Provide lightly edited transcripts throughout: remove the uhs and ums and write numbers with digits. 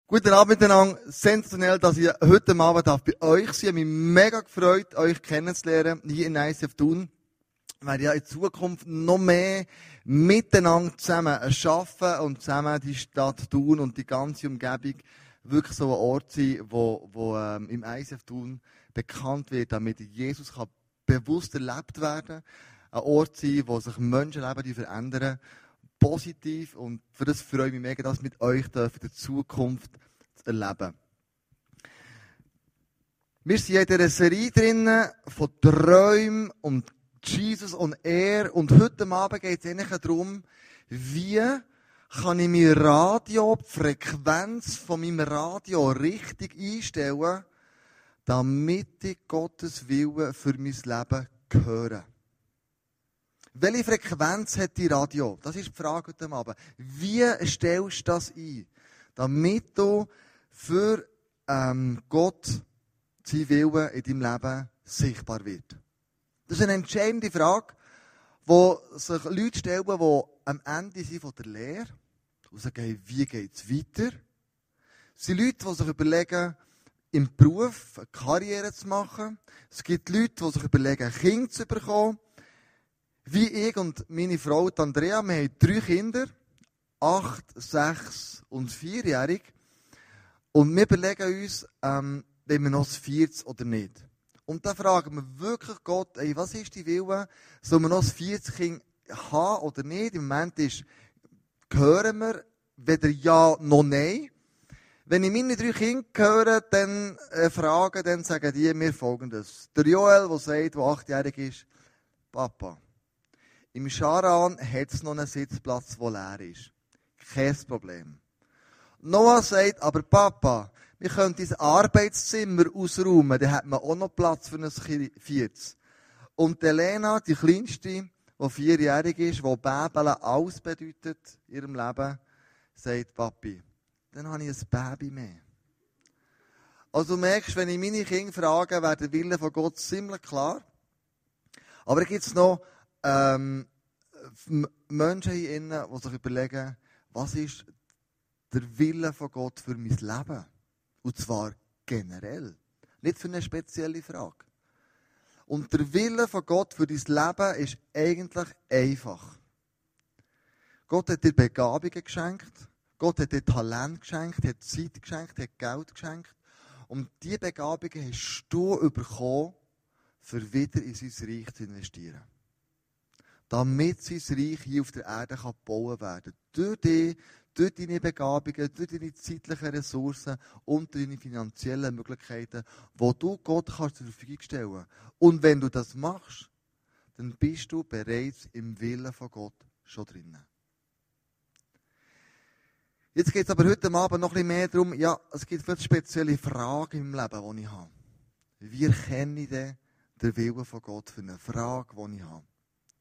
Guten Abend miteinander. Sensationell, dass ich heute Abend bei euch sein darf. Ich habe mich mega gefreut, euch kennenzulernen, hier in ICF Thun. Wir werden ja in Zukunft noch mehr miteinander zusammen arbeiten und zusammen die Stadt Thun und die ganze Umgebung wirklich so ein Ort sein, wo im ICF Thun bekannt wird, damit Jesus kann bewusst erlebt werden. Ein Ort sein, wo sich Menschenleben die verändern. Positiv, und für das freue ich mich mega, das mit euch in der Zukunft zu erleben. Wir sind in dieser Serie drinnen von Träumen und Jesus und er, und heute Abend geht es eigentlich darum, wie kann ich mein Radio, die Frequenz von meinem Radio richtig einstellen, damit ich Gottes Willen für mein Leben höre. Welche Frequenz hat die Radio? Das ist die Frage heute Abend. Wie stellst du das ein, damit du für Gott sein Willen in deinem Leben sichtbar wird? Das ist eine entscheidende Frage, die sich Leute stellen, die am Ende sind von der Lehre und sagen, wie geht es weiter? Es sind Leute, die sich überlegen, im Beruf eine Karriere zu machen. Es gibt Leute, die sich überlegen, ein Kind zu bekommen. Wie ich und meine Frau Andrea, wir haben 3 Kinder, 8, 6 und 4-jährig. Und wir überlegen uns, wenn wir noch das 40 oder nicht. Und da fragen wir wirklich Gott, ey, was ist die Wille? Sollen wir noch das 40 Kind haben oder nicht? Im Moment hören wir weder ja noch nein. Wenn ich meine 3 Kinder höre, dann fragen, dann sagen die mir Folgendes. Der Joel, der sagt, der 8-jährig ist, Papa, im Scharan hat es noch einen Sitzplatz, der leer ist. Kein Problem. Noah sagt, aber Papa, wir können unser Arbeitszimmer ausräumen, dann hat man auch noch Platz für ein 40. Und Elena, die Kleinste, die 4-jährig ist, die Babeln alles bedeutet in ihrem Leben, sagt, Papi, dann habe ich ein Baby mehr. Also du merkst, wenn ich meine Kinder frage, wäre der Wille von Gott ziemlich klar. Aber da gibt es noch Menschen hier innen, die sich überlegen, was ist der Wille von Gott für mein Leben? Und zwar generell. Nicht für eine spezielle Frage. Und der Wille von Gott für dein Leben ist eigentlich einfach. Gott hat dir Begabungen geschenkt. Gott hat dir Talent geschenkt, hat Zeit geschenkt, hat Geld geschenkt. Und diese Begabungen hast du bekommen, für wieder in sein Reich zu investieren. Damit sein Reich hier auf der Erde gebaut werden kann. Durch dich, durch deine Begabungen, durch deine zeitlichen Ressourcen und deine finanziellen Möglichkeiten, die du Gott kannst zur Verfügung stellen kannst. Und wenn du das machst, dann bist du bereits im Willen von Gott schon drinnen. Jetzt geht es aber heute Abend noch ein bisschen mehr darum, ja, es gibt viele spezielle Fragen im Leben, die ich habe. Wie erkenne ich denn den Willen von Gott für eine Frage, die ich habe?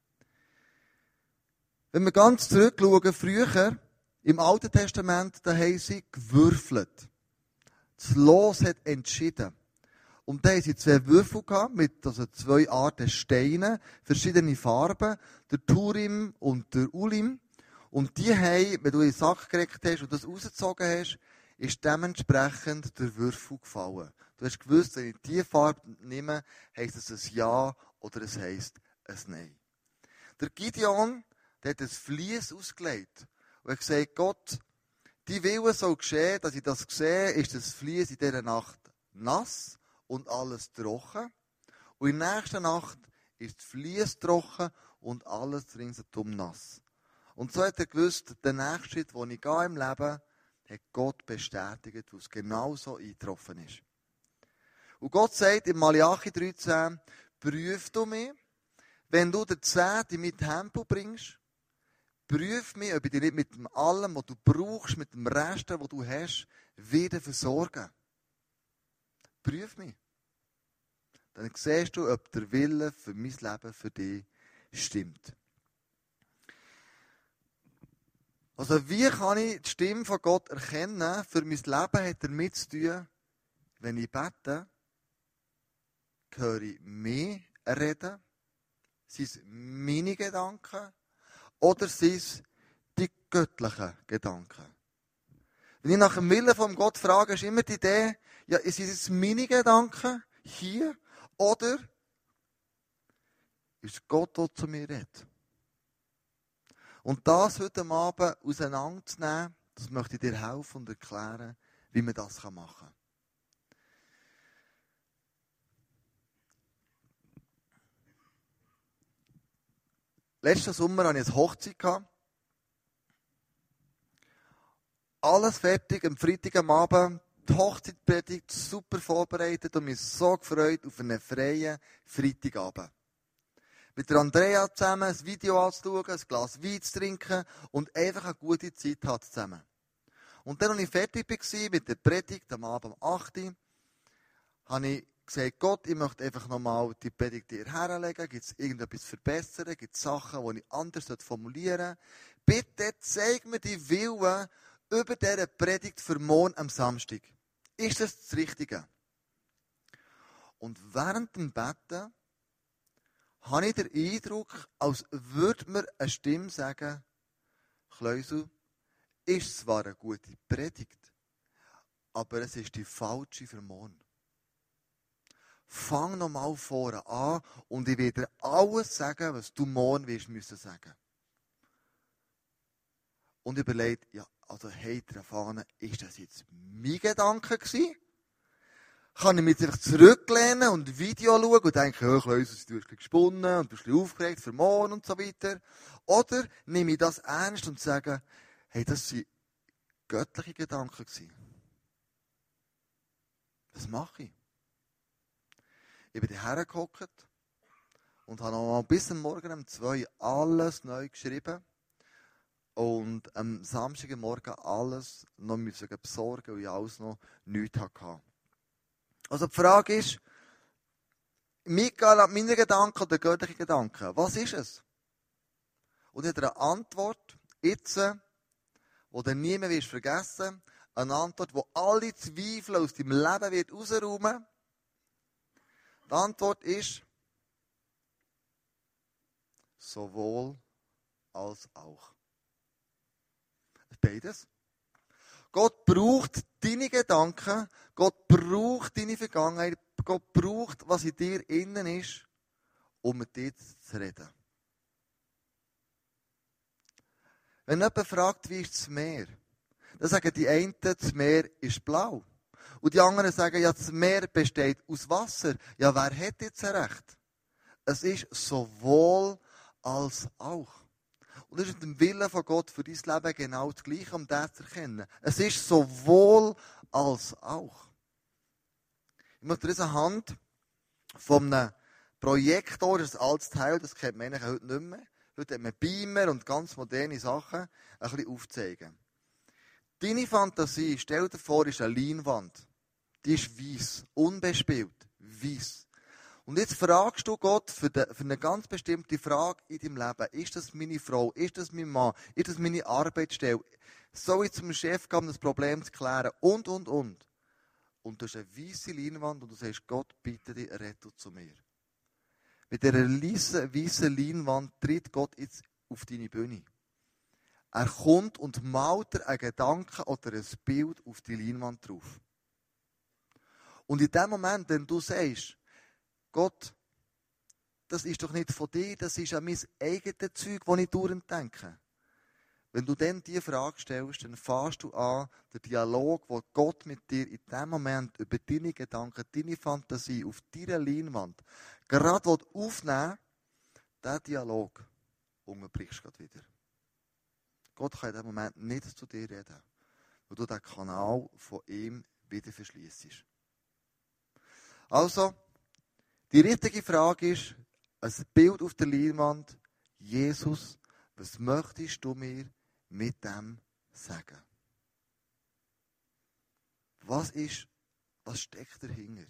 Wenn wir ganz zurückschauen, früher, im Alten Testament, da haben sie gewürfelt. Das Los hat entschieden. Und da haben sie 2 Würfel gehabt, mit 2 Arten Steinen, verschiedene Farben, der Turim und der Ulim. Und die haben, wenn du in den Sack gekriegt hast und das rausgezogen hast, ist dementsprechend der Würfel gefallen. Du hast gewusst, wenn ich diese Farbe nehme, heisst es ein Ja oder es heisst ein Nein. Der Gideon, der hat ein Vlies ausgelegt und hat gesagt, Gott, die Wille soll geschehen, dass ich das sehe, ist das Vlies in dieser Nacht nass und alles trocken. Und in der nächsten Nacht ist das Vlies trocken und alles ringsherum nass. Und so hat er gewusst, der nächste Schritt, den ich gehe im Leben, hat Gott bestätigt, was genau so eingetroffen ist. Und Gott sagt in Malachi 13, prüf du mich, wenn du den 10. in mein Tempel bringst, prüf mich, ob ich dich nicht mit allem, was du brauchst, mit dem Rest, was du hast, wieder versorgen. Prüf mich. Dann siehst du, ob der Wille für mein Leben für dich stimmt. Also wie kann ich die Stimme von Gott erkennen? Für mein Leben hat er mit zu tun, wenn ich bete, höre ich mich reden, sind es meine Gedanken oder sind es die göttlichen Gedanken? Wenn ich nach dem Willen von Gott frage, ist immer die Idee, ja, sind es meine Gedanken hier oder ist Gott, der zu mir redet? Und das heute Abend auseinanderzunehmen, das möchte ich dir helfen und erklären, wie man das machen kann. Letzten Sommer hatte ich eine Hochzeit. Alles fertig, am Freitag am Abend, die Hochzeitpredigt super vorbereitet und mich so gefreut auf einen freien Freitagabend. Mit der Andrea zusammen ein Video anzuschauen, ein Glas Wein zu trinken und einfach eine gute Zeit haben zusammen. Und dann, als ich fertig war mit der Predigt am Abend um 8 Uhr, habe ich gesagt, Gott, ich möchte einfach nochmal die Predigt dir herlegen. Gibt es irgendetwas zu verbessern? Gibt es Sachen, die ich anders formulieren sollte? Bitte zeig mir die Willen über diese Predigt für morgen am Samstag. Ist das Richtige? Und während dem Betten habe ich den Eindruck, als würde mir eine Stimme sagen, Kleusel, ist zwar eine gute Predigt, aber es ist die falsche für morgen. Fang nochmal vorne an und ich werde dir alles sagen, was du morgen wirst müssen sagen. Und überlegt, ja, also hinter der Fahne, ist das jetzt mein Gedanke gewesen? Kann ich mich einfach zurücklehnen und ein Video schauen und denken, oh, Kleusel, du bist gesponnen und bist ein bisschen aufgeregt für morgen und so weiter? Oder nehme ich das ernst und sage, hey, das waren göttliche Gedanken gewesen. Was mache ich? Ich bin hergehockt und habe noch mal bis am Morgen um 2 alles neu geschrieben und am Samstagmorgen alles noch besorgen, weil ich alles noch nichts hatte. Also die Frage ist, meine Gedanken oder göttliche Gedanken, was ist es? Und ich habe eine Antwort, jetzt, die du nie mehr vergessen wirst, eine Antwort, die alle Zweifel aus deinem Leben wird rausräumen. Die Antwort ist, sowohl als auch. Beides. Gott braucht deine Gedanken, Gott braucht deine Vergangenheit, Gott braucht, was in dir innen ist, um mit dir zu reden. Wenn jemand fragt, wie ist das Meer, dann sagen die einen, das Meer ist blau. Und die anderen sagen, ja, das Meer besteht aus Wasser. Ja, wer hat jetzt recht? Es ist sowohl als auch. Und das ist im Willen von Gott für dein Leben genau das Gleiche, um das zu erkennen. Es ist sowohl als auch. Ich möchte dir jetzt anhand von einem Projektor, das ist ein altes Teil, das kennt man heute nicht mehr. Heute hat man Beamer und ganz moderne Sachen, ein bisschen aufzeigen. Deine Fantasie, stell dir vor, ist eine Leinwand. Die ist weiss, unbespielt, weiss. Und jetzt fragst du Gott für eine ganz bestimmte Frage in deinem Leben. Ist das meine Frau? Ist das mein Mann? Ist das meine Arbeitsstelle? Soll ich zum Chef gehen, um das Problem zu klären? Und. Und du hast eine weisse Leinwand und du sagst, Gott, bitte dich, rette zu mir. Mit dieser weissen Leinwand tritt Gott jetzt auf deine Bühne. Er kommt und malt dir einen Gedanken oder ein Bild auf die Leinwand drauf. Und in dem Moment, wenn du sagst, Gott, das ist doch nicht von dir, das ist ja mein eigenes Zeug, das ich durchdenke. Wenn du dann diese Frage stellst, dann fährst du an, den Dialog, den Gott mit dir in dem Moment über deine Gedanken, deine Fantasie auf deiner Leinwand gerade aufnehmen will, diesen Dialog unterbrichst du wieder. Gott kann in dem Moment nicht zu dir reden, weil du den Kanal von ihm wieder verschliessest. Also, die richtige Frage ist, ein Bild auf der Leinwand, Jesus, was möchtest du mir mit dem sagen? Was steckt dahinter?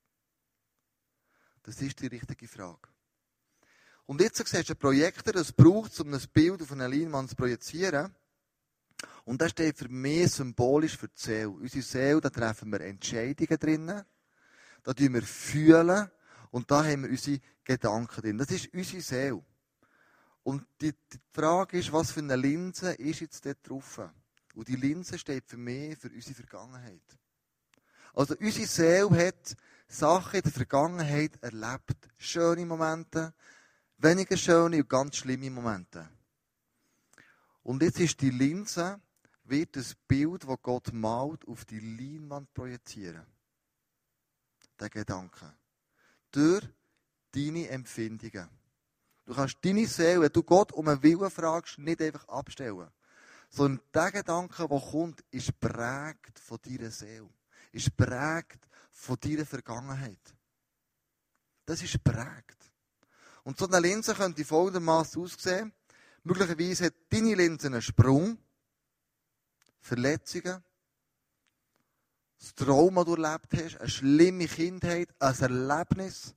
Das ist die richtige Frage. Und jetzt siehst du einen Projektor, das braucht, um ein Bild auf einer Leinwand zu projizieren. Und das steht für mich symbolisch für die Seele. Unsere Seele, da treffen wir Entscheidungen drinnen, da fühlen wir fühlen und da haben wir unsere Gedanken drin. Das ist unsere Seele. Und die Frage ist, was für eine Linse ist jetzt dort drauf? Und die Linse steht für mich für unsere Vergangenheit. Also unsere Seele hat Sachen in der Vergangenheit erlebt. Schöne Momente, weniger schöne und ganz schlimme Momente. Und jetzt ist die Linse, wird das Bild, das Gott malt, auf die Leinwand projizieren. Der Gedanke. Durch deine Empfindungen. Du kannst deine Seele, wenn du Gott um einen Willen fragst, nicht einfach abstellen. Sondern der Gedanke, der kommt, ist prägt von deiner Seele. Ist prägt von deiner Vergangenheit. Das ist prägt. Und so eine Linse könnte folgendermaßen aussehen. Möglicherweise hat deine Linse einen Sprung, Verletzungen, das Trauma, das du erlebt hast, eine schlimme Kindheit, ein Erlebnis.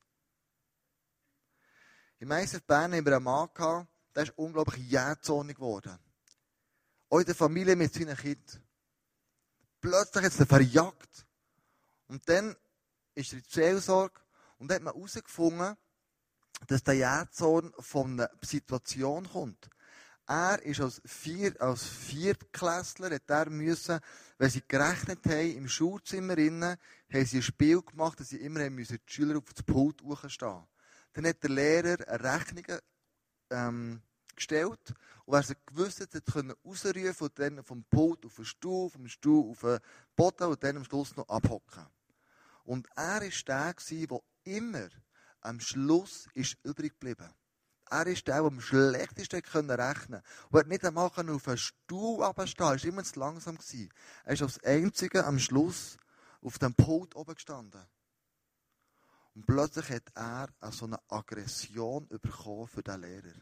Im ISF Bern haben wir einen Mann gehabt, der ist unglaublich jähzornig geworden. Auch in der Familie mit seinen Kindern. Plötzlich hat es ihn verjagt. Und dann ist er in die Seelsorge und hat man herausgefunden, dass der Jähzorn von einer Situation kommt. Er ist als Viertklässler, hat er müssen, wenn sie gerechnet haben, im Schulzimmer innen, haben sie ein Spiel gemacht, dass sie immer haben müssen, die Schüler auf das Pult hochstehen. Dann hat der Lehrer eine Rechnung gestellt. Und wer sie gewusst hat, konnte rausrufen und dann vom Pult auf den Stuhl, vom Stuhl auf den Boden und dann am Schluss noch abhocken. Und er war der, der immer am Schluss ist übrig geblieben. Er ist der am schlechtesten rechnen konnte. Und er hat nicht einmal auf einen Stuhl runterstehen. Er war immer zu langsam. Er ist als Einziger am Schluss auf dem Pult oben gestanden. Und plötzlich hat er so eine Aggression bekommen für den Lehrer.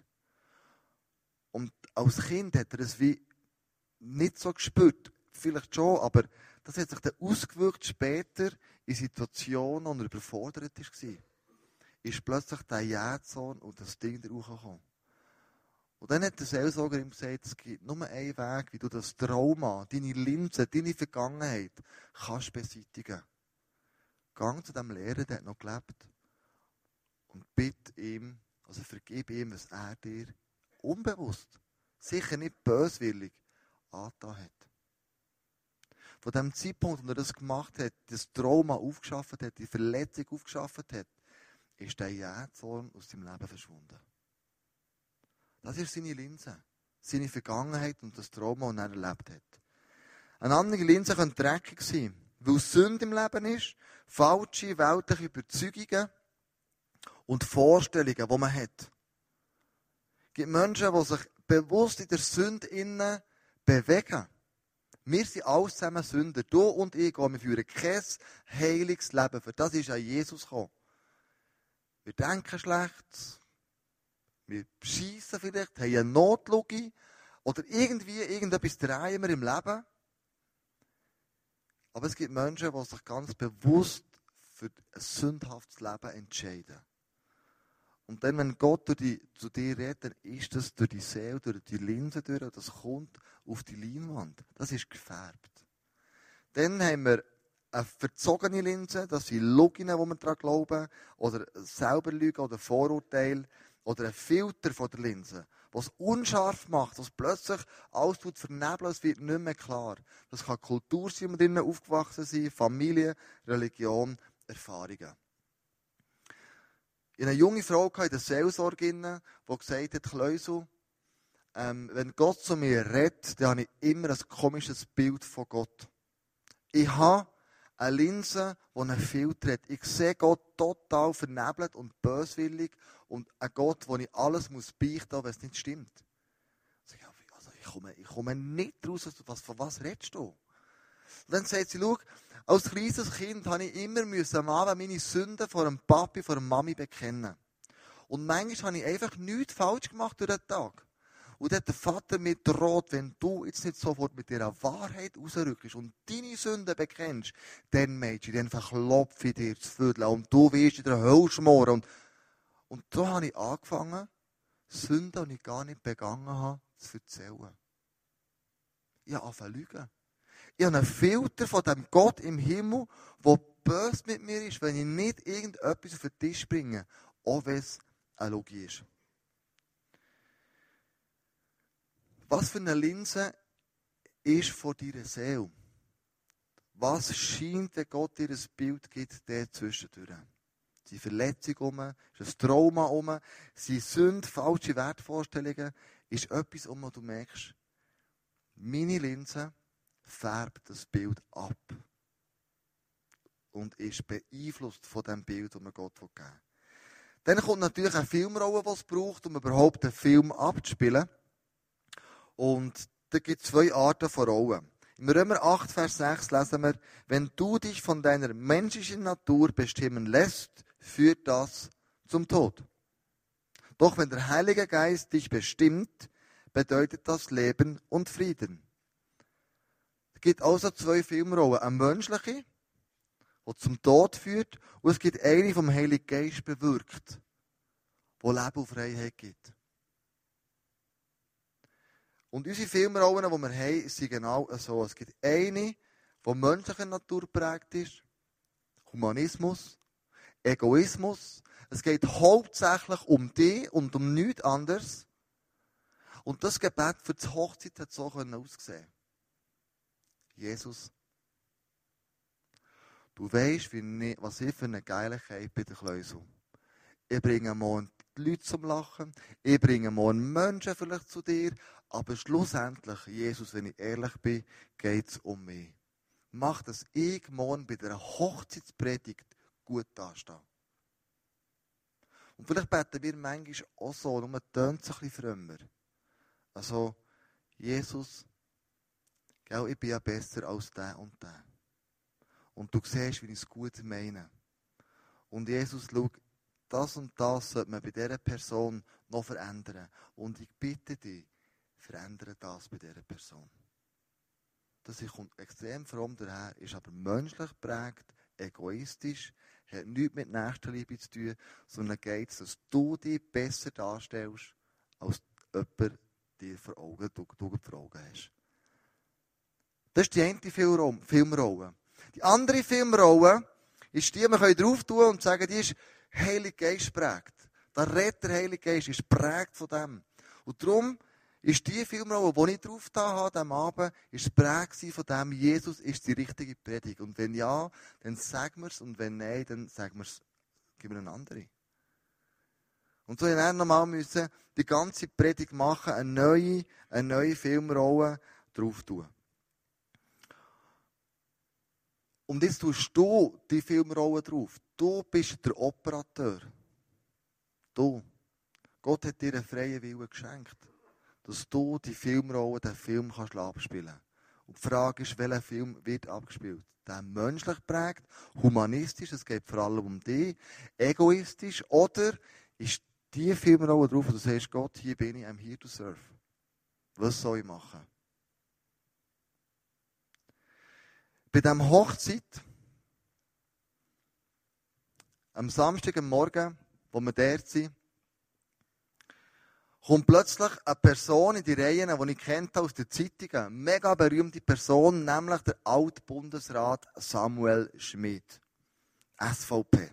Und als Kind hat er es wie nicht so gespürt. Vielleicht schon, aber das hat sich dann ausgewirkt später in Situationen, wo er überfordert war. Ist plötzlich der Jähzorn und das Ding da hochgekommen. Und dann hat der Seelsorger ihm gesagt, es gibt nur einen Weg, wie du das Trauma, deine Linse, deine Vergangenheit kannst beseitigen. Gang zu dem Lehrer, der hat noch gelebt, und bitte ihm, also vergib ihm, was er dir unbewusst, sicher nicht böswillig, angetan hat. Von dem Zeitpunkt, wo er das gemacht hat, das Trauma aufgeschafft hat, die Verletzung aufgeschafft hat, ist der Jähzorn aus seinem Leben verschwunden. Das ist seine Linse, seine Vergangenheit und das Trauma, das er erlebt hat. Eine andere Linse könnte dreckig sein, weil Sünde im Leben ist, falsche weltliche Überzeugungen und Vorstellungen, die man hat. Es gibt Menschen, die sich bewusst in der Sünde innen bewegen. Wir sind alles zusammen Sünder. Du und ich, wir führen kein heiliges Leben. Für das ist an Jesus gekommen. Wir denken schlecht, wir beschissen vielleicht, haben eine Notlüge oder irgendetwas drehen wir im Leben. Aber es gibt Menschen, die sich ganz bewusst für ein sündhaftes Leben entscheiden. Und dann, wenn Gott zu dir redet, dann ist das durch die Seele, durch die Linse durch, und das kommt auf die Leinwand. Das ist gefärbt. Dann haben wir eine verzogene Linse, das sind Lügen, die wir daran glauben, oder selber Lügen oder Vorurteile, oder ein Filter von der Linse, was unscharf macht, was plötzlich alles vernebelt, es wird nicht mehr klar. Das kann Kultur sein, wo wir drinnen aufgewachsen sind, Familie, Religion, Erfahrungen. Ich hatte eine junge Frau in der Seelsorge, die gesagt hat, Kleusel, wenn Gott zu mir redet, dann habe ich immer ein komisches Bild von Gott. Ich habe eine Linse, die einen Filter hat. Ich sehe Gott total vernebelt und böswillig und einen Gott, wo ich alles beichten muss, wenn es nicht stimmt. Ich komme nicht raus, von was redest du? Und dann sagt sie, schau, als kleines Kind musste ich immer meine Sünden vor dem Papi, vor der Mami bekennen. Und manchmal habe ich einfach nichts falsch gemacht durch den Tag. Und dann hat der Vater mir droht, wenn du jetzt nicht sofort mit dieser Wahrheit rausrückst und deine Sünden bekennst, dann, Mädchen, dann verklopfe ich dir das Viertel und du wirst in der Hölle schmoren. Und so habe ich angefangen, Sünden, die ich gar nicht begangen habe, zu erzählen. Ich habe angefangen zu lügen. Ich habe einen Filter von dem Gott im Himmel, der böse mit mir ist, wenn ich nicht irgendetwas auf den Tisch bringe, auch wenn es eine Lüge ist. Was für eine Linse ist von deiner Seele? Was scheint, wenn Gott dir ein Bild gibt, der zwischendurch? Sind Verletzungen ist ein Trauma sind Sünden, falsche Wertvorstellungen, ist etwas wo du merkst, meine Linse färbt das Bild ab und ist beeinflusst von dem Bild, das man Gott geben will. Dann kommt natürlich eine Filmrolle, die es braucht, um überhaupt einen Film abzuspielen. Und da gibt es 2 Arten von Rollen. Im Römer 8, Vers 6 lesen wir, wenn du dich von deiner menschlichen Natur bestimmen lässt, führt das zum Tod. Doch wenn der Heilige Geist dich bestimmt, bedeutet das Leben und Frieden. Es gibt also 2 Filmrollen. Eine menschliche, die zum Tod führt, und es gibt eine, die vom Heiligen Geist bewirkt, die Leben und Freiheit gibt. Und unsere Filmrollen, die wir haben, sind genau so. Es gibt eine, die menschlicher Natur geprägt ist, Humanismus, Egoismus. Es geht hauptsächlich um dich und um nichts anderes. Und das Gebet für die Hochzeit hat so aussehen. Jesus, du weisst, was ich für eine Geiligkeit bei der Kleusel. Ich bringe morgen die Leute zum Lachen. Ich bringe morgen Menschen vielleicht zu dir. Aber schlussendlich, Jesus, wenn ich ehrlich bin, geht es um mich. Mach, dass ich morgen bei der Hochzeitspredigt gut dastehe. Und vielleicht beten wir manchmal auch so, nur tönt es ein bisschen frömmer. Also, Jesus, gell, ich bin ja besser als der und der. Und du siehst, wie ich es gut meine. Und Jesus, schau, das und das sollte man bei dieser Person noch verändern. Und ich bitte dich, verändere das bei dieser Person. Das kommt extrem fromm daher, ist aber menschlich geprägt, egoistisch, hat nichts mit Nächstenliebe zu tun, sondern geht es, dass du dich besser darstellst, als jemand dir vor Augen hast. Das ist die eine Filmrolle. Die andere Filmrolle ist die, wir können drauf tun und sagen, die ist Heilig Geist prägt. Der Retter Heilige Geist ist prägt von dem. Und darum ist die Filmrolle, die ich drauf da habe, am Abend, ist prägt von dem, Jesus ist die richtige Predigt. Und wenn ja, dann sagen wir es. Und wenn nein, dann sagen wir es, geben wir eine andere. Und so müssen wir nochmal die ganze Predigt machen, eine neue Filmrolle drauf tun. Und jetzt tust du die Filmrolle drauf. Du bist der Operateur. Du. Gott hat dir einen freien Willen geschenkt, dass du die Filmrolle, den Film kannst abspielen kannst. Und die Frage ist, welcher Film wird abgespielt? Der menschlich prägt, humanistisch, es geht vor allem um dich, egoistisch, oder ist die Filmrolle drauf, wo du sagst, Gott, hier bin ich, I'm here to serve. Was soll ich machen? Bei dieser Hochzeit, am Samstag am Morgen, wo wir dort sind, kommt plötzlich eine Person in die Reihen, die ich kennt aus den Zeitungen. Eine mega berühmte Person, nämlich der Altbundesrat Samuel Schmid. SVP.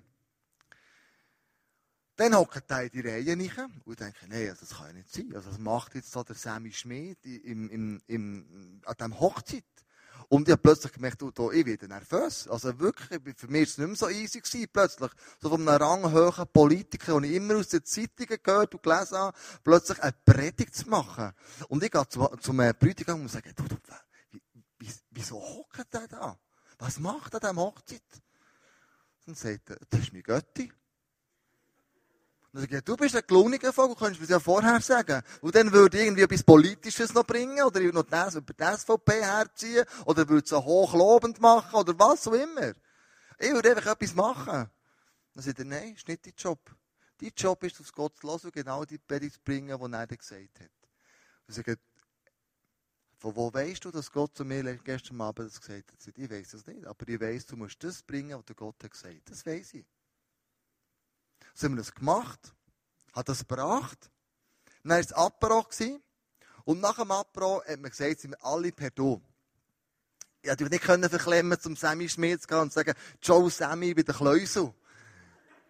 Dann hockt er in die Reihen rein und denke, nein, das kann ja nicht sein. Also, was macht jetzt so der Sammy Schmid an diesem Hochzeit? Und ich habe plötzlich gemerkt, ich werde nervös. Also wirklich, für mich war es nicht mehr so easy gewesen, plötzlich. So von einem ranghohen Politiker, den ich immer aus den Zeitungen gehört und gelesen habe, plötzlich eine Predigt zu machen. Und ich gehe zum Bräutigam und sage, wieso hockt der da? Was macht er an dieser Hochzeit? Dann sagt er, das ist mein Götti. Und dann sage ich, du bist ein gelungener Vogel, könntest du mir ja vorher sagen. Und dann würde ich irgendwie etwas Politisches noch bringen, oder ich würde noch über die SVP herziehen, oder würde es so hochlobend machen, oder was auch immer. Ich würde einfach etwas machen. Dann sagt er, nein, das ist nicht dein Job. Dein Job ist, auf Gott zu hören und genau die Predigt zu bringen, die er dir gesagt hat. Ich sage, von wo weisst du, dass Gott zu mir gestern Abend das gesagt hat? Ich weiss das nicht, aber ich weiss, du musst das bringen, was der Gott hat gesagt. Das weiss ich. So haben wir das gemacht, hat das gebracht. Dann war es Apero und nach dem Apero hat man gesagt, sind wir alle per Du. Ich konnte nicht verklemmen, zum Sammy Schmid zu gehen und zu sagen, Ciao Sammy bei der Kleusel.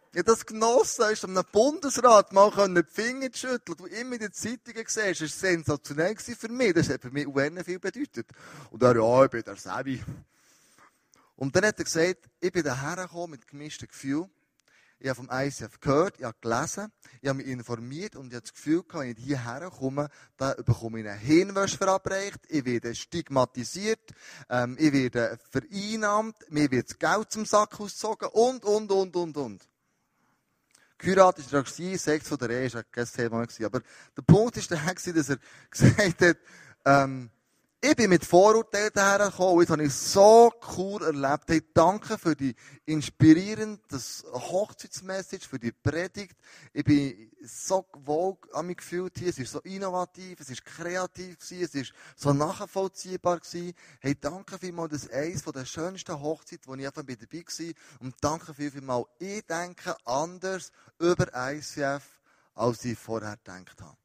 Ja, das genossen ist, am Bundesrat mal die Finger zu schütteln. Du immer in den Zeitungen siehst, das war sensationell für mich. Das hat für mich sehr viel bedeutet. Und er, ja, ich bin der Sebi. Und dann hat er gesagt, ich bin daher gekommen mit gemischten Gefühlen. Ich habe vom ICF gehört, ich habe gelesen, ich habe mich informiert und ich habe das Gefühl gehabt, wenn ich hierher komme, da bekomme ich eine Hirnwäsche verabreicht, ich werde stigmatisiert, ich werde vereinnahmt, mir wird das Geld zum Sack ausgezogen und. Geheiratet war er, Sex von der Ehe war kein Thema mehr. Aber der Punkt war der, dass er gesagt hat, ich bin mit Vorurteilen hergekommen und das habe ich so cool erlebt. Hey, danke für die inspirierende Hochzeitsmessage, für die Predigt. Ich bin so wohl an mich gefühlt hier. Es ist so innovativ, es ist kreativ gewesen, es ist so nachvollziehbar gewesen. Hey, danke vielmals, das ist eines der schönsten Hochzeiten, wo ich einfach dabei war. Und danke vielmals. Ich denke anders über ICF, als ich vorher gedacht habe.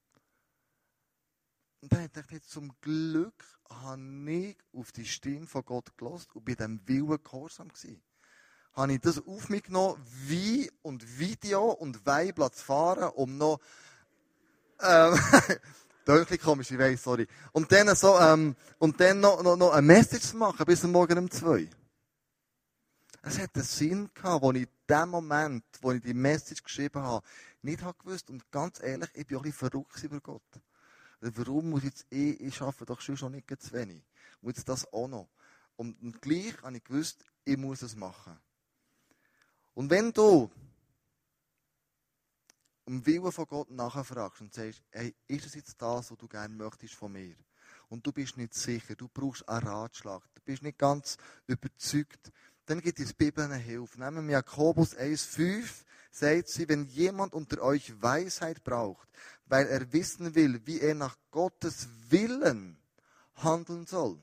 Und dann dachte ich, zum Glück habe ich auf die Stimme von Gott gehört und bei diesem Willen gehorsam gewesen. Habe ich das auf mich genommen, wie und Video und Weibler zu fahren, um noch, deutlich komisch, ich weiss, sorry. Und dann so, und dann noch eine Message zu machen, bis am Morgen um 2. Es hat einen Sinn gehabt, wo ich in dem Moment, wo ich die Message geschrieben habe, nicht habe gewusst. Und ganz ehrlich, ich bin auch ein bisschen verrückt über Gott. Warum muss ich jetzt ich arbeite doch schon nicht zu wenig. Muss jetzt das auch noch. Und gleich habe ich gewusst, ich muss es machen. Und wenn du im Willen von Gott nachfragst und sagst, hey, ist es jetzt das, was du gerne möchtest von mir? Und du bist nicht sicher, du brauchst einen Ratschlag, du bist nicht ganz überzeugt, dann gibt es Bibel eine Hilfe. Nehmen wir Jakobus 1,5, sagt sie, wenn jemand unter euch Weisheit braucht, weil er wissen will, wie er nach Gottes Willen handeln soll,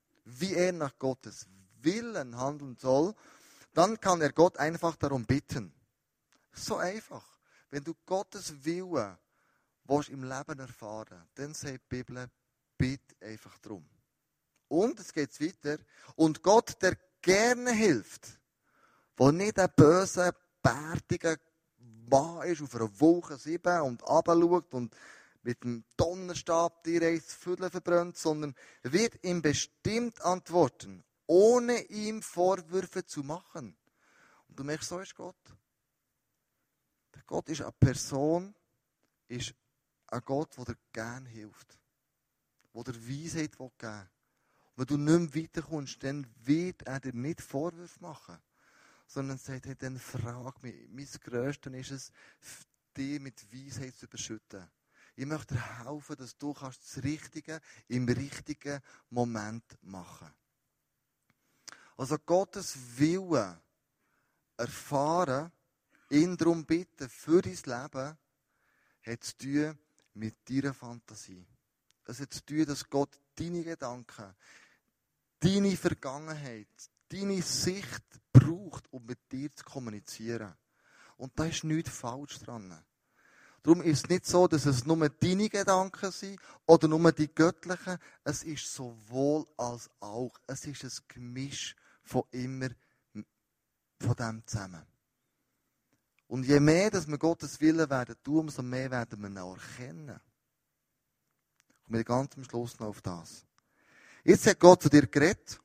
dann kann er Gott einfach darum bitten. So einfach. Wenn du Gottes Willen willst im Leben erfahren, dann sagt die Bibel, bitte einfach darum. Und es geht weiter. Und Gott, der gerne hilft, der nicht ein böser, bärtiger Mann ist, auf einer Wolke 7 und runterschaut und mit dem Donnerstab dir das Viertel verbrennt, sondern wird ihm bestimmt antworten, ohne ihm Vorwürfe zu machen. Und du merkst, so ist Gott. Der Gott ist eine Person, ist ein Gott, der dir gerne hilft, der dir Weisheit geben will. Wenn du nicht mehr weiterkommst, dann wird er dir nicht Vorwürfe machen, sondern sagt, hey, dann frag mich. Mein Größtes ist es, dich mit Weisheit zu überschütten. Ich möchte dir helfen, dass du das Richtige im richtigen Moment machen kannst. Also Gottes Willen erfahren, ihn darum bitten für dein Leben, hat zu tun mit deiner Fantasie. Es hat zu tun, dass Gott deine Gedanken, deine Vergangenheit, deine Sicht braucht, um mit dir zu kommunizieren. Und da ist nichts falsch dran. Darum ist es nicht so, dass es nur deine Gedanken sind oder nur die göttlichen. Es ist sowohl als auch. Es ist ein Gemisch von immer von dem zusammen. Und je mehr, dass wir Gottes Willen werden tun, umso mehr werden wir ihn auch erkennen. Kommen wir ganz am Schluss noch auf das. Jetzt hat Gott zu dir geredet.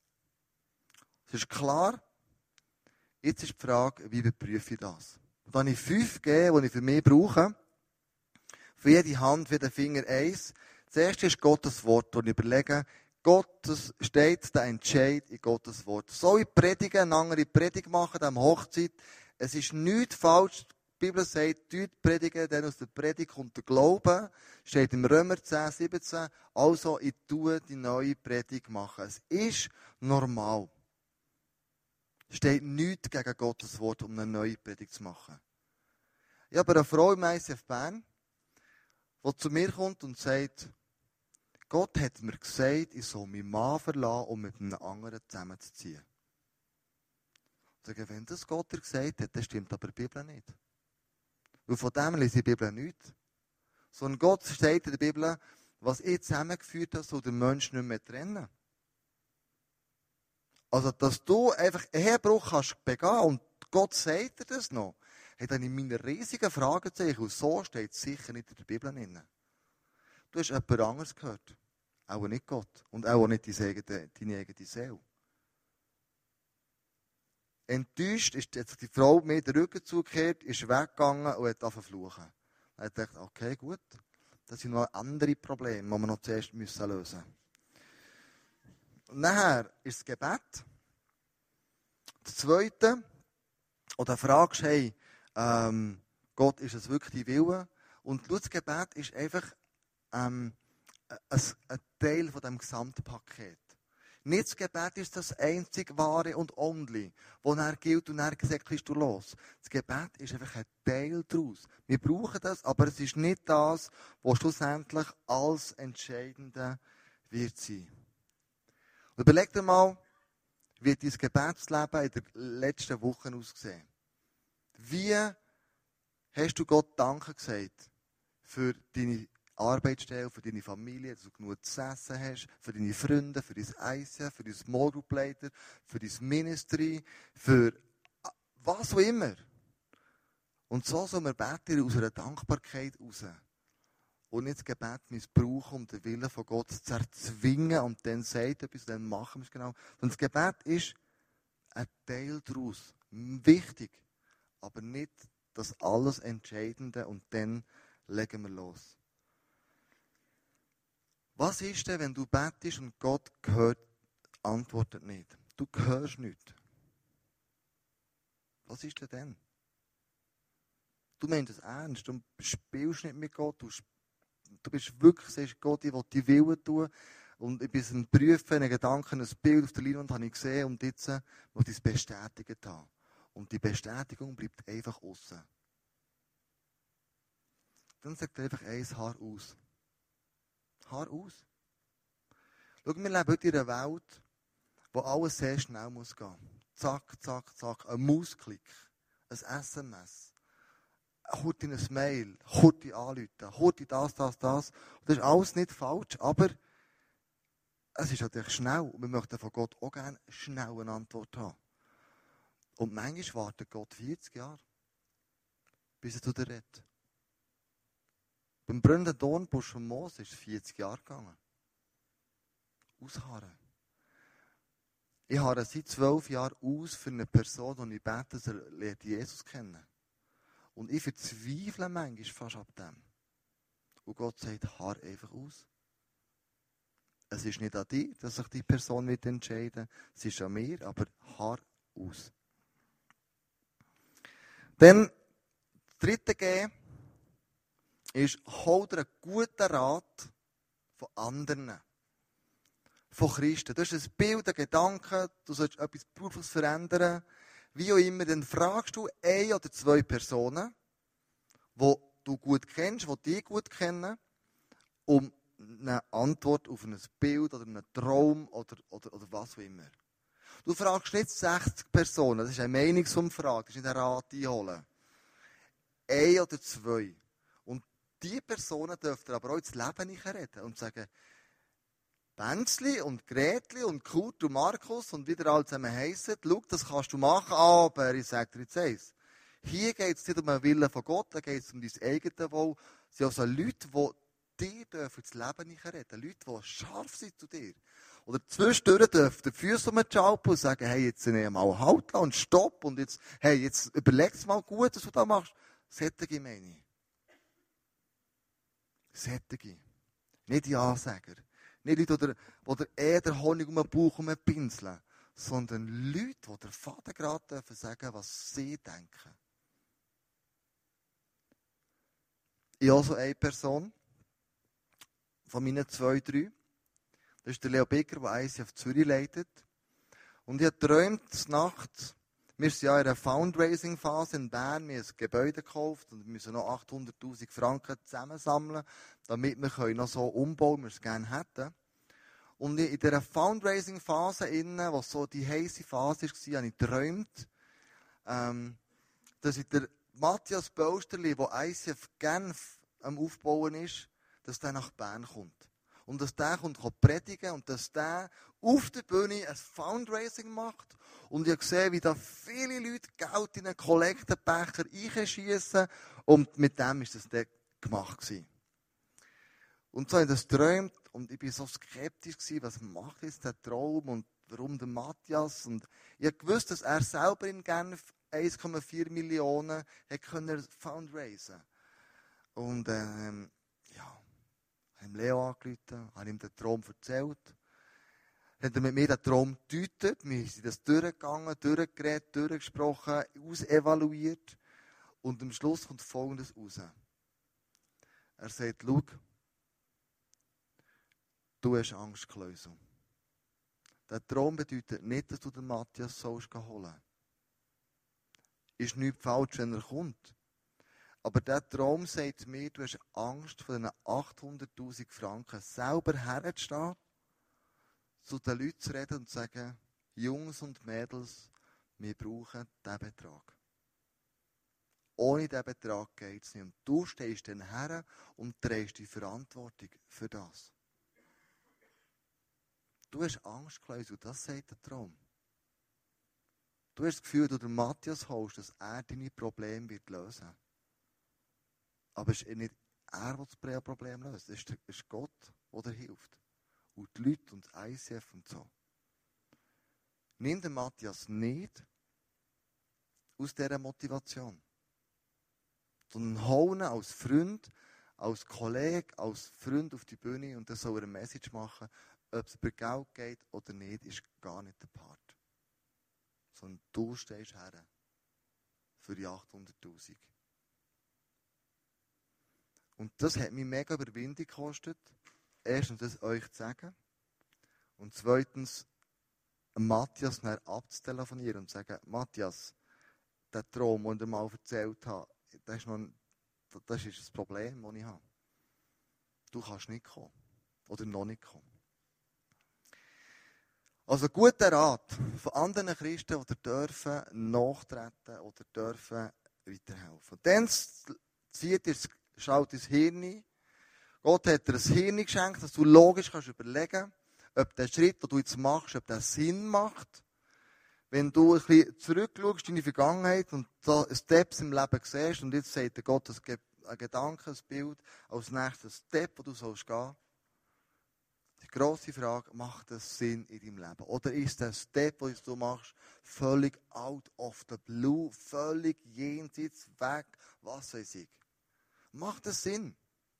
Es ist klar. Jetzt ist die Frage, wie überprüfe ich das? Und dann habe ich 5 gegeben, die ich für mich brauche. Für jede Hand, für jeden Finger 1. Das erste ist Gottes Wort. Und ich überlege, Gottes steht der Entscheid in Gottes Wort. Soll ich predigen, eine andere Predigt machen, am Hochzeit? Es ist nichts falsch. Die Bibel sagt, dort predigen, denn aus der Predigt kommt der Glaube. Steht im Römer 10, 17. Also, ich tue die neue Predigt machen. Es ist normal. Es steht nichts gegen Gottes Wort, um eine neue Predigt zu machen. Ich habe eine Frau im ICF Bern, die zu mir kommt und sagt, Gott hat mir gesagt, ich soll meinen Mann verlassen, um mit einem anderen zusammenzuziehen. Ich sage, wenn das Gott dir gesagt hat, dann stimmt aber die Bibel nicht. Weil von dem lese ich die Bibel nicht. Sondern Gott sagt in der Bibel, was ich zusammengeführt habe, soll der Mensch nicht mehr trennen. Also, dass du einfach Ehebruch kannst begehen und Und Gott sagt dir das noch. Hey, dann in meinen riesigen Fragezeichen, und so steht es sicher nicht in der Bibel drin. Du hast jemand anderes gehört. Auch nicht Gott. Und auch nicht deine eigene Seele. Enttäuscht ist jetzt die Frau mir den Rücken zugekehrt, ist weggegangen und hat angefangen zu fluchen. Dann dachte ich, okay, gut. Das sind noch andere Probleme, die wir noch zuerst lösen müssen. Und nachher ist das Gebet. Das Zweite, oder fragst, hey, Gott, ist es wirklich dein Wille? Und das Gebet ist einfach ein Teil von dem Gesamtpaket. Nicht das Gebet ist das einzig wahre und only, das er gilt und er gesagt ist, du los. Das Gebet ist einfach ein Teil daraus. Wir brauchen das, aber es ist nicht das, was schlussendlich alles Entscheidende wird sein. Und überleg dir mal, wie dein Gebetsleben in den letzten Wochen ausgesehen. Wie hast du Gott Danke gesagt für deine Arbeitsstelle, für deine Familie, dass du genug zu essen hast, für deine Freunde, für dein ICF, für dein Small Group Leiter, für dein Ministry, für was auch immer. Und so sollen wir beten aus einer Dankbarkeit heraus. Und nicht das Gebet missbrauchen, um den Willen von Gott zu erzwingen und dann sagt etwas, dann machen wir es genau. Und das Gebet ist ein Teil daraus. Wichtig, aber nicht das alles Entscheidende und dann legen wir los. Was ist denn, wenn du betest und Gott antwortet nicht? Du hörst nicht. Was ist denn dann? Du meinst es ernst, du spielst nicht mit Gott, du bist wirklich, sagst Gott, ich will die Willen tun und ich bin ein Prüfen, einen Gedanken, ein Bild auf der Leinwand habe ich gesehen und jetzt will ich es bestätigt haben. Und die Bestätigung bleibt einfach außen. Dann sagt er einfach ein Haar aus. Haar aus. Schau, wir leben heute in einer Welt, wo alles sehr schnell muss gehen. Zack, zack, zack. Ein Mausklick, ein SMS, kurz in ein Mail, kurz anrufen, kurz das. Und das ist alles nicht falsch, aber es ist natürlich schnell. Und wir möchten von Gott auch gerne schnell eine Antwort haben. Und manchmal wartet Gott 40 Jahre, bis er zu dir redet. Beim brennenden Dornbusch von Mose ist es 40 Jahre gegangen. Ausharren. Ich harre seit 12 Jahren aus für eine Person, die ich bete, dass er Jesus kennen. Und ich verzweifle manchmal fast ab dem. Und Gott sagt, harr einfach aus. Es ist nicht an dir, dass sich die Person wird entscheiden. Es ist an mir, aber harr aus. Dann, das dritte G ist, hol dir einen guten Rat von anderen. Von Christen. Du hast ein Bild, einen Gedanken, du sollst etwas beruflich verändern. Wie auch immer, dann fragst du eine oder zwei Personen, die du gut kennst, die dich gut kennen, um eine Antwort auf ein Bild oder einen Traum oder was auch immer. Du fragst nicht 60 Personen, das ist eine Meinungsumfrage, das ist nicht ein Rat einholen. Ein oder zwei. Und diese Personen dürfen aber auch ins Leben nicht reden und sagen, Benzli und Gretli und Kurt und Markus und wie der alle zusammen heissen, schau, das kannst du machen, aber ich sage dir jetzt eins. Hier geht es nicht um den Willen von Gott, da geht es um dein eigenes Wohl. Es sind also Leute, die dir dürfen ins Leben nicht reden. Leute, die scharf sind zu dir. Oder zwischendurch dürfen die Füße umschalpen und sagen, hey, jetzt mal Halt und Stopp und jetzt überleg's mal gut, was du da machst. Sättige meine ich. Sättige. Nicht Ja-Säger. Nicht Leute, die eher den Honig um den Bauch pinseln, sondern Leute, die der Vater gerade sagen dürfen, was sie denken. Ich habe so eine Person, von meinen 2, 3. Das ist der Leo Becker, der ICF Zürich leitet. Und ich habe geträumt, nachts, wir sind ja in einer Fundraising-Phase in Bern, wir haben ein Gebäude gekauft und müssen noch 800'000 Franken zusammensammeln, damit wir noch so umbauen, wie wir es gerne hätten. Und in dieser Fundraising-Phase, wo so die heisse Phase war, habe ich geträumt, dass ich der Matthias Bausterli, der ICF Genf am Aufbauen ist, dass der nach Bern kommt. Und dass der kommt predigen und dass der auf der Bühne ein Fundraising macht Und ich habe gesehen, wie da viele Leute Geld in einen Kollektenbecher einschiessen. Und mit dem war das dann gemacht gewesen. Und so habe ich das geträumt und ich war so skeptisch gewesen, was macht jetzt der Traum und warum der Matthias? Und ich habe gewusst, dass er selber in Genf 1,4 Millionen hätte fundraisen. Und ja, habe ihm Leo angerufen, habe ihm den Traum erzählt. Hat er mit mir den Traum gedeutet, wir sind das durchgegangen, durchgeredet, durchgesprochen, ausevaluiert. Und am Schluss kommt Folgendes raus. Er sagt, schau, du hast Angst, Kleusel. Der Traum bedeutet nicht, dass du den Matthias holen sollst. Ist nichts falsch, wenn er kommt. Aber der Traum sagt mir, du hast Angst, von diesen 800'000 Franken selber herzustehen, zu den Leuten zu reden und zu sagen, Jungs und Mädels, wir brauchen diesen Betrag. Ohne diesen Betrag geht es nicht. Und du stehst dann her und trägst die Verantwortung für das. Du hast Angst, Kleusel, das sagt der Traum. Du hast das Gefühl, du den Matthias holst, dass er deine Probleme lösen wird. Aber es ist nicht er, der das Problem löst. Es ist Gott, der dir hilft. Und die Leute und das ICF und so. Nimm den Matthias nicht aus dieser Motivation. Sondern hol ihn als Freund, als Kollege, als Freund auf die Bühne und dann soll er eine Message machen. Ob es über Geld geht oder nicht, ist gar nicht der Part. Sondern du stehst her für die 800'000. Und das hat mich mega Überwindung gekostet. Erstens, das euch zu sagen. Und zweitens, Matthias nachher abzutelefonieren und zu sagen, Matthias, der Traum, den ich dir mal erzählt habe, das ist das Problem, das ich habe. Du kannst nicht kommen. Oder noch nicht kommen. Also guter Rat von anderen Christen, die dürfen nachtreten oder dürfen weiterhelfen. Dann schaut ins Hirn. Gott hat dir ein Hirn geschenkt, dass du logisch kannst überlegen, ob der Schritt, den du jetzt machst, ob der Sinn macht. Wenn du ein bisschen zurückschaust in die Vergangenheit und da Steps im Leben siehst und jetzt sagt dir Gott ein Gedanke, ein Bild als nächstes Step, wo du gehen sollst. Die grosse Frage, macht das Sinn in deinem Leben? Oder ist der Step, den du machst, völlig out of the blue, völlig jenseits, weg, was weiß ich? Macht das Sinn?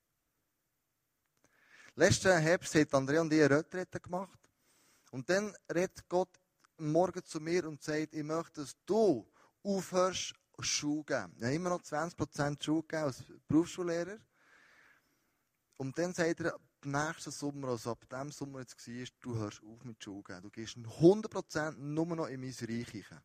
Letzten Herbst hat Andrea und ich eine Retrette gemacht. Und dann redet Gott morgen zu mir und sagt, ich möchte, dass du aufhörst, Schule zu geben. Ich habe immer noch 20% Schule gegeben als Berufsschullehrer. Und dann sagt er, nächsten Sommer, also ab dem Sommer jetzt war, du hörst auf mit Schule geben. Du gehst 100% nur noch in mein Reich hinein.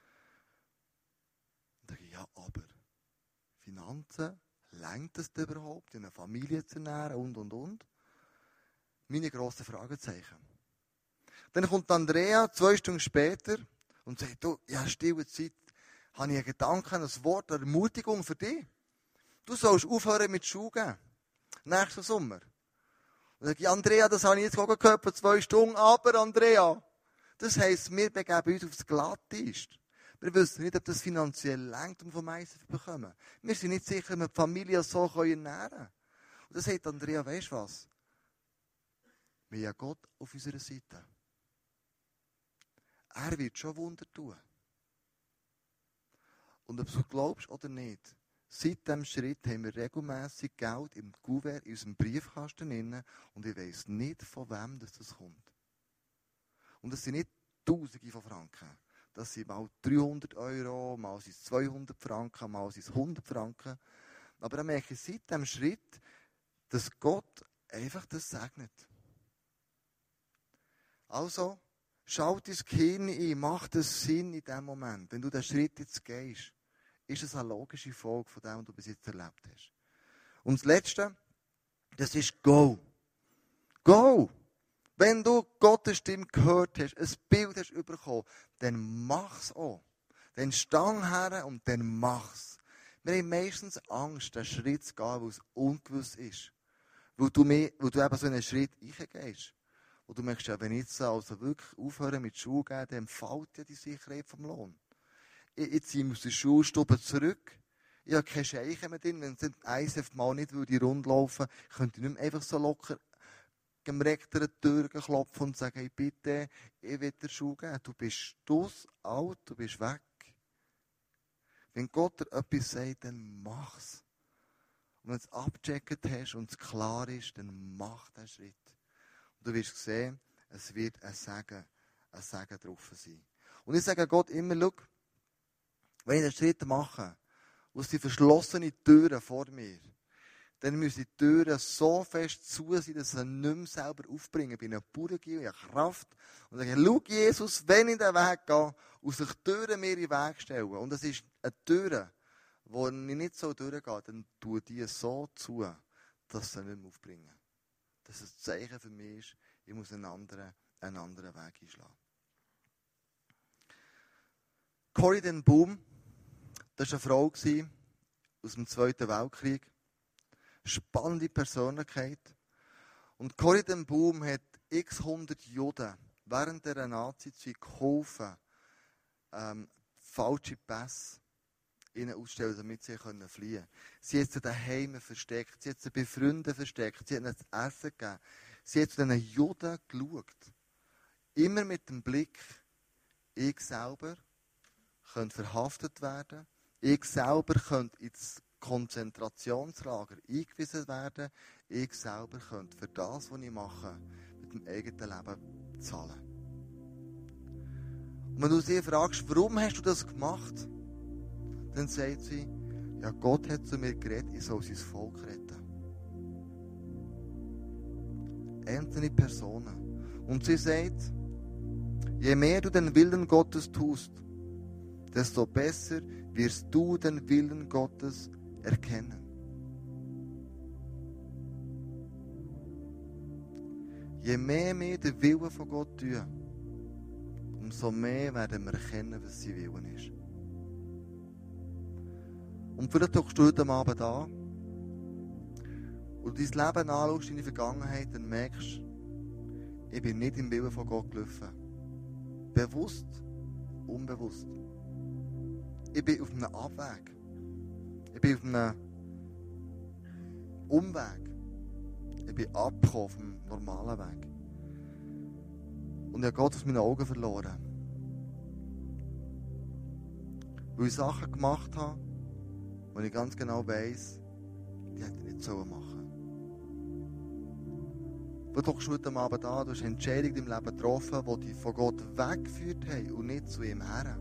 Und dann sage ich, ja, aber Finanzen, reicht das überhaupt, eine Familie zu ernähren und? Meine grossen Fragezeichen. Dann kommt Andrea 2 Stunden später und sagt, du, ja, stille Zeit, habe ich einen Gedanken, ein Wort, eine Ermutigung für dich. Du sollst aufhören mit Schule geben. Nächsten Sommer. Und sage ich, Andrea, das habe ich jetzt gerade gehört vor 2 Stunden, aber Andrea, das heisst, wir begeben uns aufs Glatteis. Wir wissen nicht, ob das finanziell reicht, um vom Eisen zu bekommen. Wir sind nicht sicher, ob wir die Familie so ernähren können. Und dann sagt Andrea, weisst du was? Wir haben Gott auf unserer Seite. Er wird schon Wunder tun. Und ob du glaubst oder nicht, seit diesem Schritt haben wir regelmässig Geld im Kuvert, in unserem Briefkasten drin, und ich weiss nicht, von wem das kommt. Und das sind nicht Tausende von Franken. Das sind mal 300 Euro, mal sind es 200 Franken, mal sind es 100 Franken. Aber dann merke ich seit diesem Schritt, dass Gott einfach das segnet. Also, schau dein Gehirn ein, macht es Sinn in dem Moment. Wenn du diesen Schritt jetzt gehst, ist es eine logische Folge von dem, was du bis jetzt erlebt hast. Und das Letzte, das ist Go. Go! Wenn du Gottes Stimme gehört hast, ein Bild hast bekommen, dann mach's auch. Dann stang her und dann mach's. Wir haben meistens Angst, den Schritt zu gehen, weil es ungewiss ist. Weil du eben so einen Schritt reingehst. Und du merkst ja, wenn ich jetzt also wirklich aufhöre mit Schule geben, dann fällt ja die Sicherheit vom Lohn. Ich ziehe mich aus der Schulstube zurück. Ich habe keine Scheiche mehr drin. Wenn es eins mal nicht rund laufen würde, könnte ich nicht mehr einfach so locker dem Rektor die Tür klopfen und sagen, hey, bitte, ich will dir Schule geben. Du bist alt, du bist weg. Wenn Gott dir etwas sagt, dann mach's. Und wenn du es abgecheckt hast und es klar ist, dann mach den Schritt. Und du wirst sehen, es wird ein Segen drauf sein. Und ich sage Gott immer, schau, wenn ich den Schritt mache, aus die verschlossenen Türen vor mir, dann müssen die Türen so fest zu sein, dass ich sie nicht mehr selber aufbringen. Ich bin ein Bauergil, ich habe Kraft. Und sage, schau Jesus, wenn ich den Weg gehe, und sich die Türen mir in den Weg stellen. Und es ist eine Tür, wo ich nicht so durchgehe, dann tue ich die so zu, dass sie nicht mehr aufbringen. Dass es ein Zeichen für mich ist, ich muss einen anderen Weg einschlagen. Corrie ten Boom, das war eine Frau aus dem Zweiten Weltkrieg. Spannende Persönlichkeit. Und Corrie ten Boom hat x 100 Juden während der Nazizeit geholfen, falsche Pässe ihnen auszustellen, damit sie fliehen können. Sie hat sie daheim versteckt, sie hat sie bei Freunden versteckt, sie hat ihnen zu essen gegeben. Sie hat zu diesen Juden geschaut. Immer mit dem Blick, ich selber könnte verhaftet werden, ich selber könnte ins Konzentrationslager eingewiesen werden, ich selber könnte für das, was ich mache, mit dem eigenen Leben zahlen. Und wenn du sie fragst, warum hast du das gemacht? Dann sagt sie, ja, Gott hat zu mir geredet, ich soll sein Volk retten. Einzelne Personen. Und sie sagt, je mehr du den Willen Gottes tust, desto besser wirst du den Willen Gottes erkennen. Je mehr wir den Willen von Gott tun, umso mehr werden wir erkennen, was sein Willen ist. Und vielleicht hockst du heute Abend da und dein Leben anschaust, deine Vergangenheit, dann merkst du, ich bin nicht im Willen von Gott gelaufen. Bewusst, unbewusst. Ich bin auf einem Abweg. Ich bin auf einem Umweg. Ich bin abgekommen vom normalen Weg. Und ich habe Gott aus meinen Augen verloren. Weil ich Sachen gemacht habe, wo ich ganz genau weiss, die hätte ich nicht machen sollen. Du hockst heute Abend da, du hast Entscheidungen in deinem Leben getroffen, die dich von Gott weggeführt haben und nicht zu ihm her.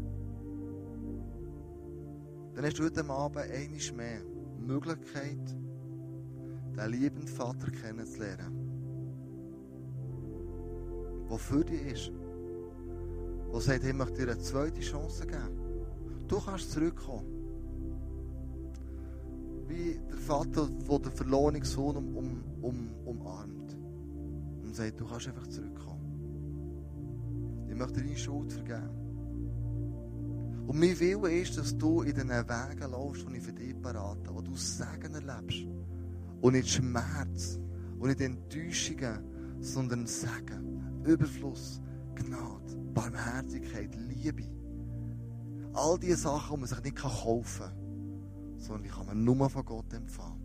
Dann hast du heute Abend einmal mehr die Möglichkeit, den liebenden Vater kennenzulernen, der für dich ist. Der sagt, ich möchte dir eine zweite Chance geben. Du kannst zurückkommen. Wie der Vater, der den verlorenen Sohn umarmt. Und sagt, du kannst einfach zurückkommen. Ich möchte deine Schuld vergeben. Und mein Wille ist, dass du in den Wegen läufst, die ich für dich berate, wo du Segen erlebst. Und nicht Schmerz, und nicht Enttäuschungen, sondern Segen, Überfluss, Gnade, Barmherzigkeit, Liebe. All diese Sachen, die man sich nicht kaufen kann, sondern die kann man nur von Gott empfangen.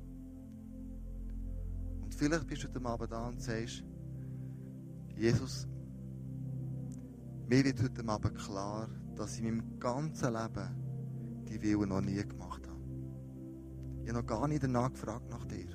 Und vielleicht bist du heute Abend da und sagst, Jesus, mir wird heute Abend klar, dass ich in meinem ganzen Leben die Willen noch nie gemacht habe. Ich habe noch gar nicht danach gefragt nach dir.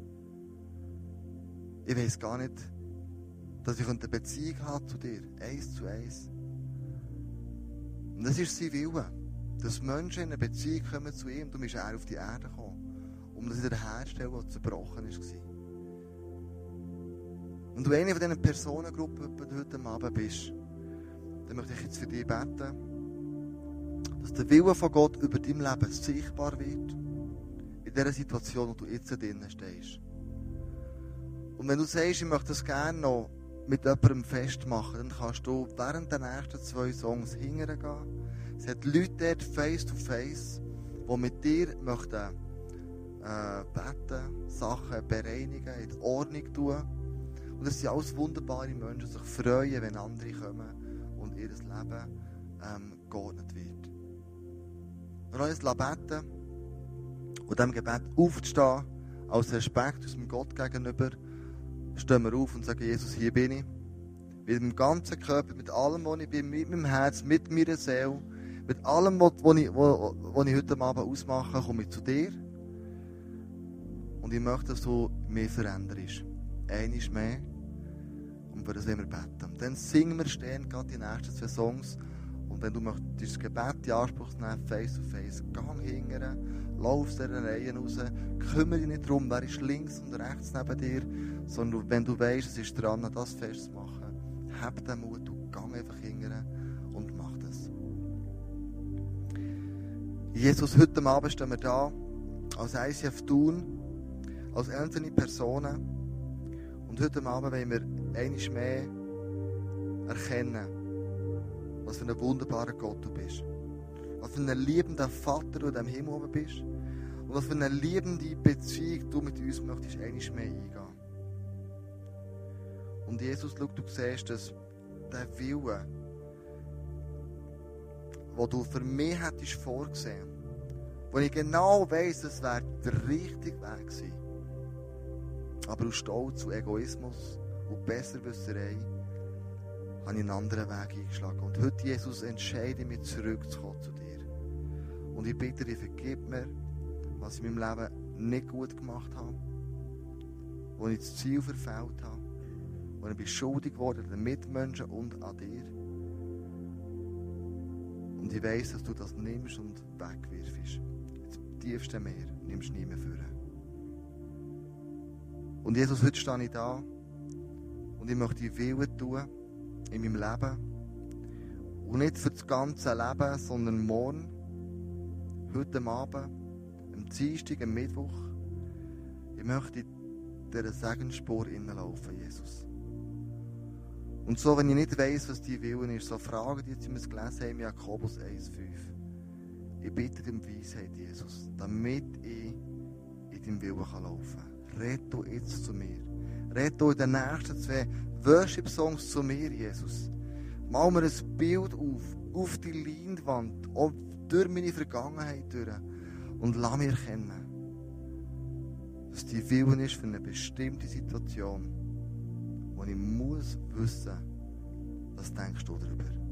Ich weiss gar nicht, dass ich eine Beziehung habe zu dir, 1:1. Und das ist sein Wille, dass Menschen in eine Beziehung kommen zu ihm. Du bist auf die Erde gekommen, um das wiederherzustellen, was zerbrochen war. Und wenn du eine von diesen Personengruppen heute Abend bist, dann möchte ich jetzt für dich beten, dass der Wille von Gott über dein Leben sichtbar wird, in dieser Situation, wo du jetzt drinnen stehst. Und wenn du sagst, ich möchte das gerne noch mit jemandem festmachen, dann kannst du während der nächsten 2 Songs hingehen. Es hat Leute dort face to face, die mit dir möchten beten, Sachen bereinigen, in Ordnung tun. Und es sind alles wunderbare Menschen, die sich freuen, wenn andere kommen und ihr Leben geordnet wird. Wir wollen uns beten und diesem Gebet aufzustehen, als Respekt unserem Gott gegenüber, stehen wir auf und sagen, Jesus, hier bin ich. Mit dem ganzen Körper, mit allem, was ich bin, mit meinem Herz, mit meiner Seele, mit allem, was ich heute Abend ausmache, komme ich zu dir. Und ich möchte, dass du mich veränderst. Einmal mehr. Und für das wollen wir beten. Dann singen wir stehen gerade die nächsten 2 Songs. Und wenn du möchtest das Gebet in Anspruch nehmen, face to face, gang hinterher, lauf aus dieser Reihe raus, kümmere dich nicht darum, wer ist links und rechts neben dir, sondern wenn du weißt, es ist dran, das festzumachen, hab den Mut und gang einfach hinterher und mach das. Jesus, heute Abend stehen wir da, als ICF Thun, als einzelne Personen. Und heute Abend wollen wir einmal mehr erkennen, was für ein wunderbarer Gott du bist. Was für ein liebender Vater du in dem Himmel oben bist. Und was für eine liebende Beziehung du mit uns möchtest einmal mehr eingehen. Und Jesus, schau, du siehst, dass der Wille, den du für mich hättest vorgesehen, wo ich genau weiss, das wäre der richtige Weg gewesen. Aber aus Stolz und Egoismus und Besserwisserei habe ich einen anderen Weg eingeschlagen. Und heute, Jesus, entscheide ich mich zurückzukommen zu dir. Und ich bitte dich, vergib mir, was ich in meinem Leben nicht gut gemacht habe, wo ich das Ziel verfehlt habe, wo ich schuldig geworden bin, den Mitmenschen und an dir. Und ich weiss, dass du das nimmst und wegwirfst. Ins tiefste Meer nimmst du nie mehr vor. Und Jesus, heute stehe ich da und ich möchte die Willen tun in meinem Leben. Und nicht für das ganze Leben, sondern morgen, heute Abend, am Dienstag, am Mittwoch. Ich möchte in dieser Segensspur hineinlaufen, Jesus. Und so, wenn ich nicht weiss, was die Willen ist, so Fragen, die wir gelesen haben, in Jakobus 1,5. Ich bitte dich um Weisheit, Jesus, damit ich in deinem Willen laufen kann. Red du jetzt zu mir. Red du in den nächsten 2 Worship-Songs zu mir, Jesus. Mal mir ein Bild auf die Leinwand, auch durch meine Vergangenheit durch. Und lass mich erkennen, dass die Willen ist für eine bestimmte Situation, wo ich muss wissen, was denkst du darüber.